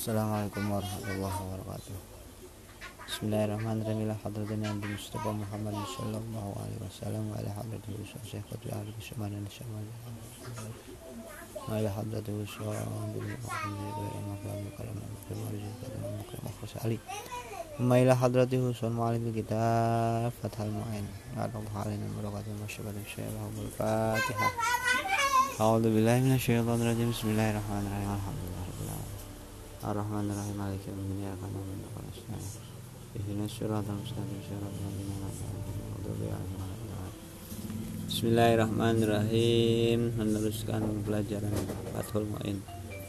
Assalamualaikum warahmatullahi wabarakatuh. Bismillahirrahmanirrahim. Ila hadratin Nabi Mustafa Muhammad sallallahu alaihi wasallam wa ila hadratin Syekh Qutbi ahli Syamali Syamali wa ila hadratin wa ila hadratin Husain Mu'allim kitab Fathul Mu'in Allahu alaina barakatul masyarakat Syaikhul Fatihah. A'udzu billahi minasyaitonir rajim. Bismillahirrahmanirrahim. Alhamdulillah Ar-Rahmanir-Rahim Maliki yaumiddin Iyyaka na'budu wa iyyaka nasta'in Ihdinas siratal mustaqim siratal ladzina an'amta 'alaihim. Bismillahirrahmanirrahim. Meneruskan pelajaran Fathul Mu'in.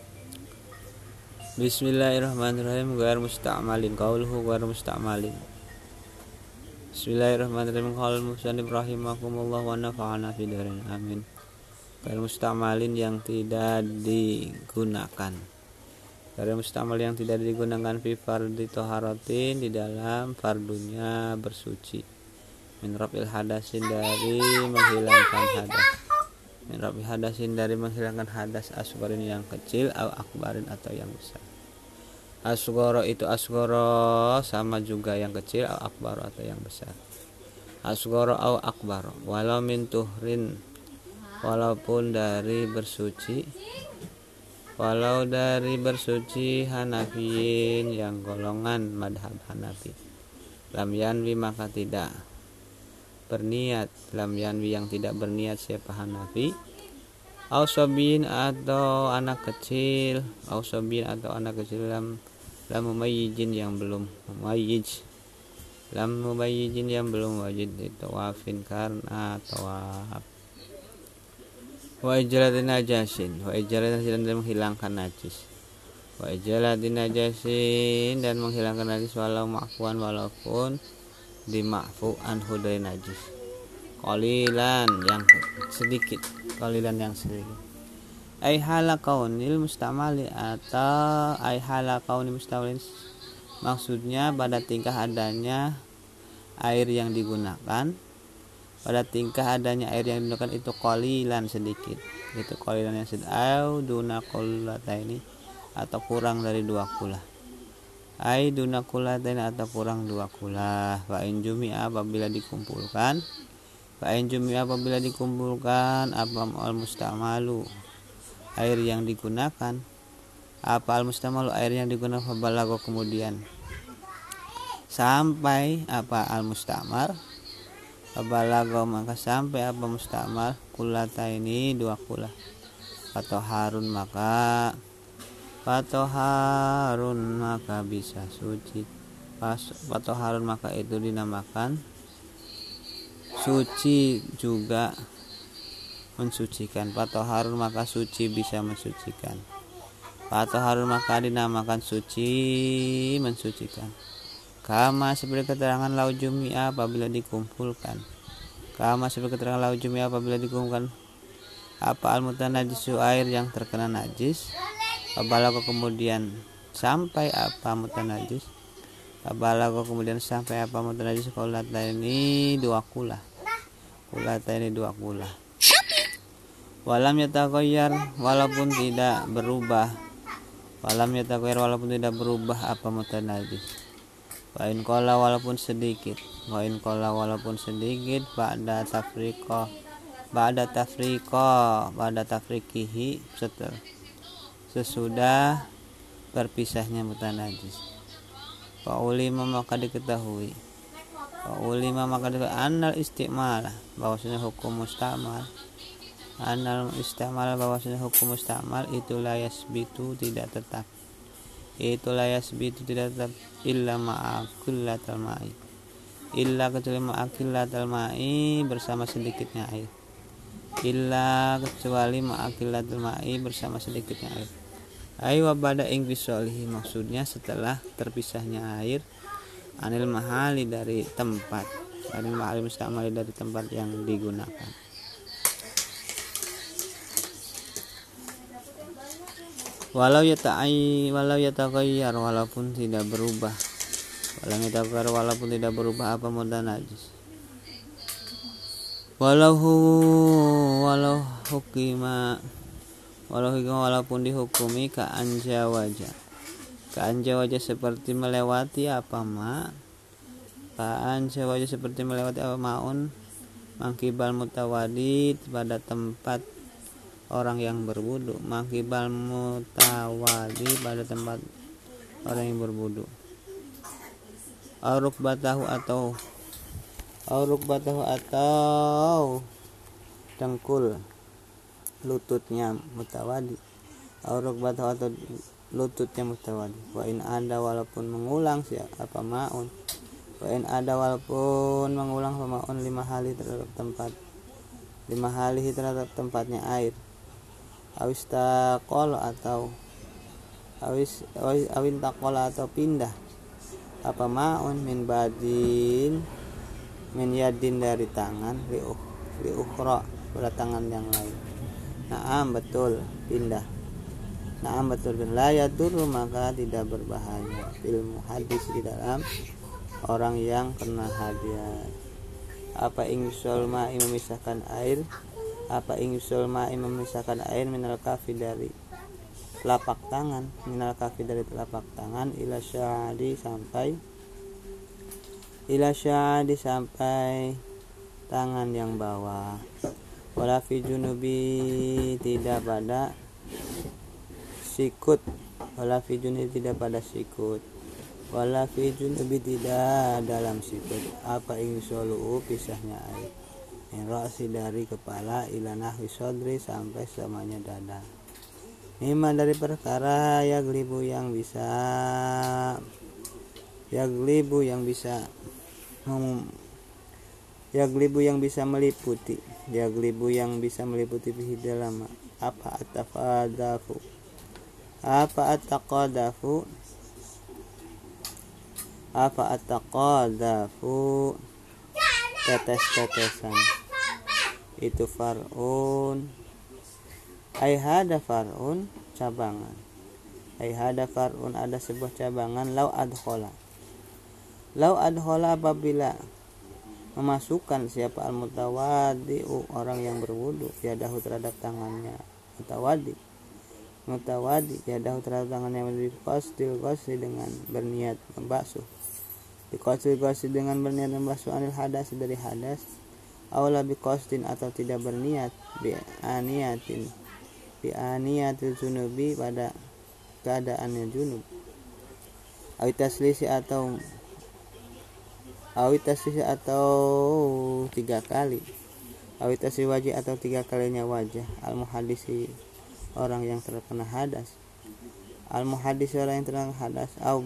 Bismillahirrahmanirrahim. Ghair musta'malin. Qauluhu ghair musta'malin. Bismillahirrahmanirrahim. Qala musannif rahimakumullah wa nafa'ana fid dharain. Amin. Ghair musta'malin yang tidak digunakan. Ghair mustamal yang tidak digunakan fi fardhi thaharatin di dalam fardunya bersuci. Min rafil hadasin dari menghilangkan hadas. Min rafil hadasin dari menghilangkan hadas asgharin yang kecil au akbarin atau yang besar. Asghara itu asghara sama juga yang kecil au akbar atau yang besar. Asghara au akbar walau min tuhrin walaupun dari bersuci. Walau dari bersuci Hanafiyin yang golongan madhab Hanafi. Lam yanwi maka tidak berniat. Lam yanwi yang tidak berniat siapa Hanafi. Ausobin atau anak kecil. Ausobin atau anak kecil lam mumayyijin yang belum mumayyij. Lam mumayyijin yang belum wajib ditawafin karena tawaf. Wa ijalatin najasin. Wa ijalatin dan menghilangkan najis. Wa ijalatin najasin dan menghilangkan najis walau ma'fuan walaupun dima'fu anhu dari najis. Qalilan yang sedikit. Qalilan yang sedikit. Ai hala kaunil mustamali atau ai hala kaunil mustamalin maksudnya pada tingkah adanya air yang digunakan. Pada tingkah adanya air yang digunakan itu qalilan sedikit. Itu qalilan yang sedikit. Au duna qullataini atau kurang dari 2 kulah. Ai duna qullataini atau kurang 2 kulah. Wa in jumi'a apabila dikumpulkan. Wa in jumi'a apabila dikumpulkan apa al mustamalu air yang digunakan. Apa al mustamalu air yang digunakan fabalago kemudian sampai apa al mustamar. Balago maka sampai apa mustamal kulata ini 2 kulah. Fatoharun maka bisa suci. Fatoharun maka itu dinamakan suci juga mensucikan. Fatoharun maka suci bisa mensucikan. Fatoharun maka dinamakan suci mensucikan. Kama seperti keterangan lau jumi'a apabila dikumpulkan. Kama seperti keterangan lau jumi'a apabila dikumpulkan apa al-mutanajisu air yang terkena najis. Fabalago kemudian sampai apa mutanajis. Fabalago kemudian sampai apa mutanajis kulata ini 2 kulah. Kulata ini 2 kulah. Walam yataghayyar walaupun tidak berubah. Walam yataghayyar walaupun tidak berubah apa mutanajis. Wa in qala walaupun sedikit. Wa in qala walaupun sedikit ba'da tafriqihi sesudah berpisahnya mutanajis. Wa ulima maka diketahui. Annal isti'mal bahwasanya hukum mustamal. Annal isti'mal bahwasanya hukum mustamal itu la yasbitu tidak tetap. Itu layas bitu tidak tetap illa ma'akillatal ma'i. Illa kecuali ma'akillatal ma'i bersama sedikitnya air. Illa kecuali ma'akillatal ma'i bersama sedikitnya air. Ai wa bada ingfisalihi maksudnya setelah terpisahnya air anil mahali dari tempat. Anil mahali mustamali dari tempat yang digunakan. Walau yataghayyar walaupun tidak berubah. Walaupun tidak berubah apa mutanajis. Walau hukima walaupun dihukumi ka Ka'an seperti melewati apa ma. Ka'an seperti melewati apa maun. Mangkibal mutawadi pada tempat orang yang berwudu. Mangkibal mutawadi pada tempat orang yang berwudu. Auruk batahu atau dengkul lututnya mutawadi. Auruk batahu atau lututnya mutawadi. Wa in ada walaupun mengulang apa maun. Wa in ada walaupun mengulang apa maun lima hali terhadap tempatnya air. Awis taqol atau awin taqol atau pindah apa maun min yadin dari tangan li ukhra pada tangan yang lain. Naam betul pindah. Naam betul la yadur maka tidak berbahaya ilmu hadis di dalam orang yang kena hadas. Apa ingsul ma'i memisahkan air? Apa ingsul ma'i memisahkan air minal kafi dari telapak tangan, minal kafi dari telapak tangan ila sya'adi sampai tangan yang bawah. Wala fi junubi tidak pada sikut. Wala fi junubi tidak pada sikut. Wala fi junubi tidak dalam sikut. Apa insolu pisahnya air min ra'si dari kepala ila nahwi sodri sampai samanya dada. Mimma dari perkara yaglibu yang bisa meliputi bihi dalam apa ataqadafu tetes-tetesan itu far'un aihada far'un cabangan. Aihada far'un ada sebuah cabangan. Lau adkhola apabila memasukkan siapa al-mutawadi'u orang yang berwudu yadahu terhadap tangannya mutawadi yadahu terhadap tangannya biqasdil ghusli dengan berniat membasuh dengan berniat membasuh anil hadas dari hadas. Aula biqasdin atau tidak berniat bi'aniyatil junubi pada keadaannya junub. Awitaslisi atau 3 kali. Awitasi wajih atau 3 kalinya wajah. Al-muhadisi orang yang terkena hadas. Al-muhadisi orang yang terkena hadas. Au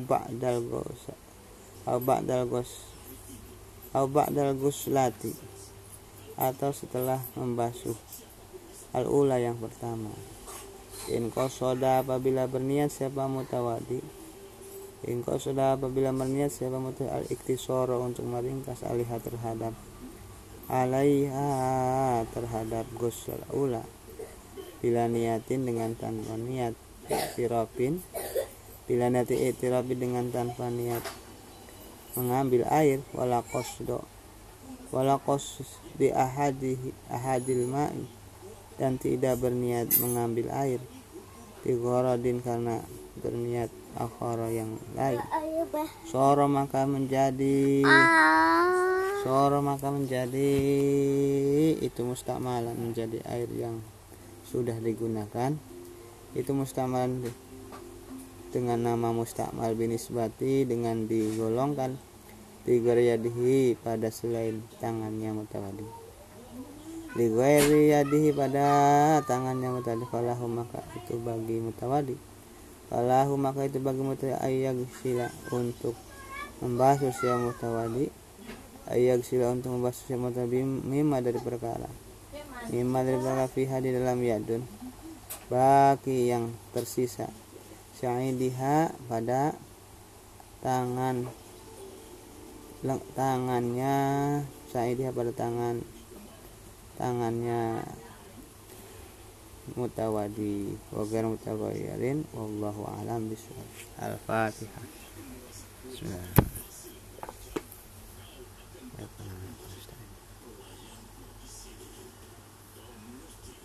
ba'dal guslati atau setelah membasuh al-ula yang pertama. In qasoda apabila berniat siapa mutawadi al-iktisara untuk meringkas terhadap ghusl ula bila niatin dengan tanpa niat itirafin dengan tanpa niat mengambil air wala qasd bi ahadil ma'i dan tidak berniat mengambil air dighoradin karena berniat akhara yang lain. Soro maka menjadi itu musta'malan menjadi air yang sudah digunakan. Itu musta'malan dengan nama musta'mal binisbati dengan digolongkan dighairi pada selain tangannya mutawadi. Lighairi yadihi pada tangannya mutawadi. Falahu maka itu bagi mutawadi ayyagsila untuk membasuh si mutawadi mimma dari perkara fiha di dalam yadun baki yang tersisa sya'idiha pada tangannya sya'idiha pada tangannya mutawadi wa ghair mutaghayyirin wallahu a'lam bishawab. Al-Fatihah. Bismillah.